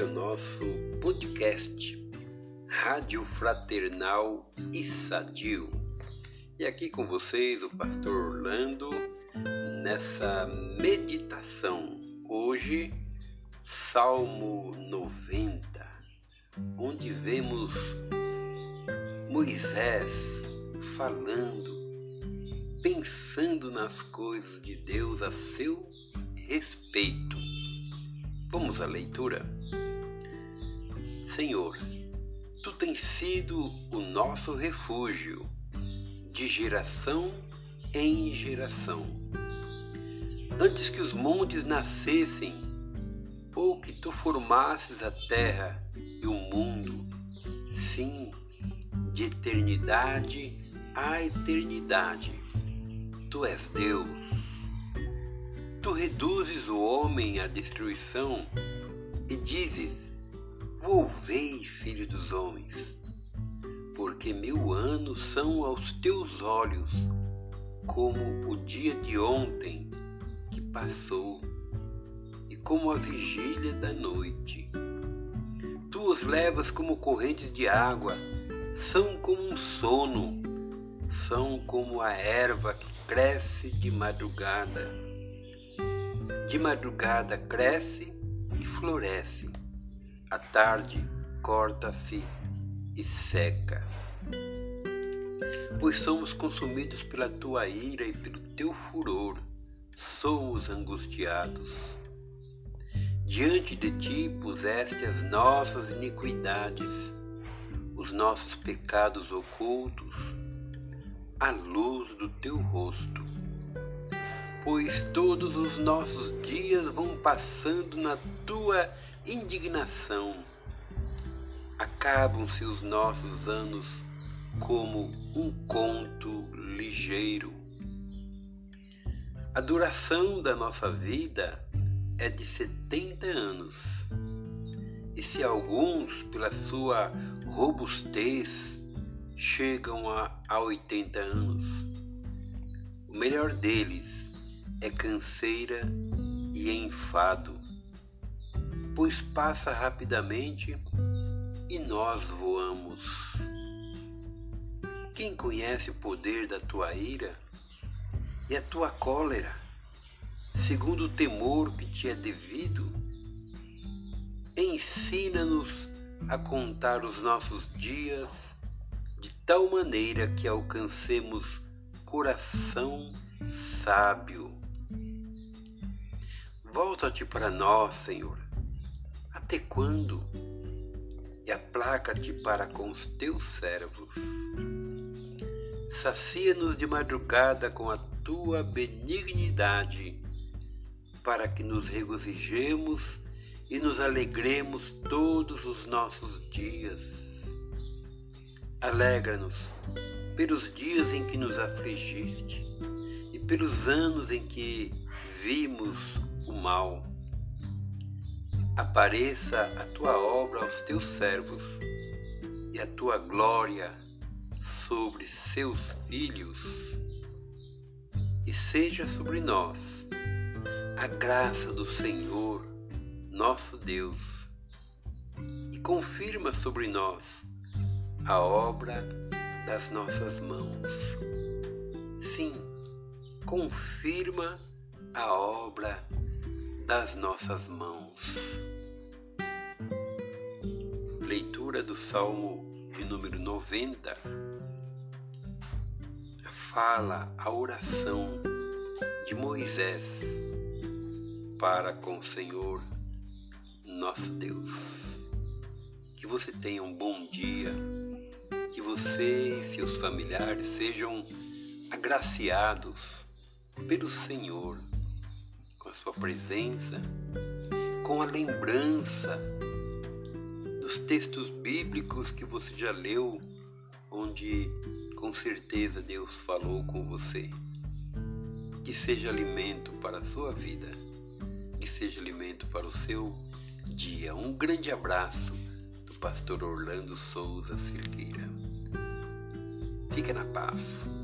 é o nosso podcast Rádio Fraternal e Sadio. E aqui com vocês o pastor Orlando nessa meditação. Hoje, Salmo 90, onde vemos Moisés falando, pensando nas coisas de Deus a seu respeito. Vamos à leitura? Senhor, Tu tens sido o nosso refúgio, de geração em geração. Antes que os montes nascessem, ou que Tu formasses a terra e o mundo, sim, de eternidade a eternidade, Tu és Deus. Tu reduzes o homem à destruição e dizes: volvei, filho dos homens, porque 1000 anos são aos teus olhos como o dia de ontem que passou e como a vigília da noite. Tu os levas como correntes de água, são como um sono, são como a erva que cresce de madrugada. De madrugada cresce e floresce, à tarde corta-se e seca. Pois somos consumidos pela Tua ira e pelo Teu furor, somos angustiados. Diante de Ti puseste as nossas iniquidades, os nossos pecados ocultos, à luz do Teu rosto. Pois todos os nossos dias vão passando na Tua indignação. Acabam-se os nossos anos como um conto ligeiro. A duração da nossa vida é de 70 anos. E se alguns, pela sua robustez, chegam a 80 anos, o melhor deles é canseira e enfado, pois passa rapidamente e nós voamos. Quem conhece o poder da Tua ira e a Tua cólera, segundo o temor que Te é devido? Ensina-nos a contar os nossos dias de tal maneira que alcancemos coração sábio. Volta-te para nós, Senhor. Até quando? E aplaca-te para com os Teus servos. Sacia-nos de madrugada com a Tua benignidade, para que nos regozijemos e nos alegremos todos os nossos dias. Alegra-nos pelos dias em que nos afligiste e pelos anos em que vimos o mal. Apareça a Tua obra aos Teus servos e a Tua glória sobre seus filhos, e seja sobre nós a graça do Senhor, nosso Deus, e confirma sobre nós a obra das nossas mãos. Sim, confirma a obra das nossas mãos. Leitura do Salmo de número 90 fala a oração de Moisés para com o Senhor, nosso Deus. Que você tenha um bom dia, que você e seus familiares sejam agraciados pelo Senhor, com a sua presença, com a lembrança dos textos bíblicos que você já leu, onde com certeza Deus falou com você. Que seja alimento para a sua vida, que seja alimento para o seu dia. Um grande abraço do pastor Orlando Souza Cerqueira. Fica na paz.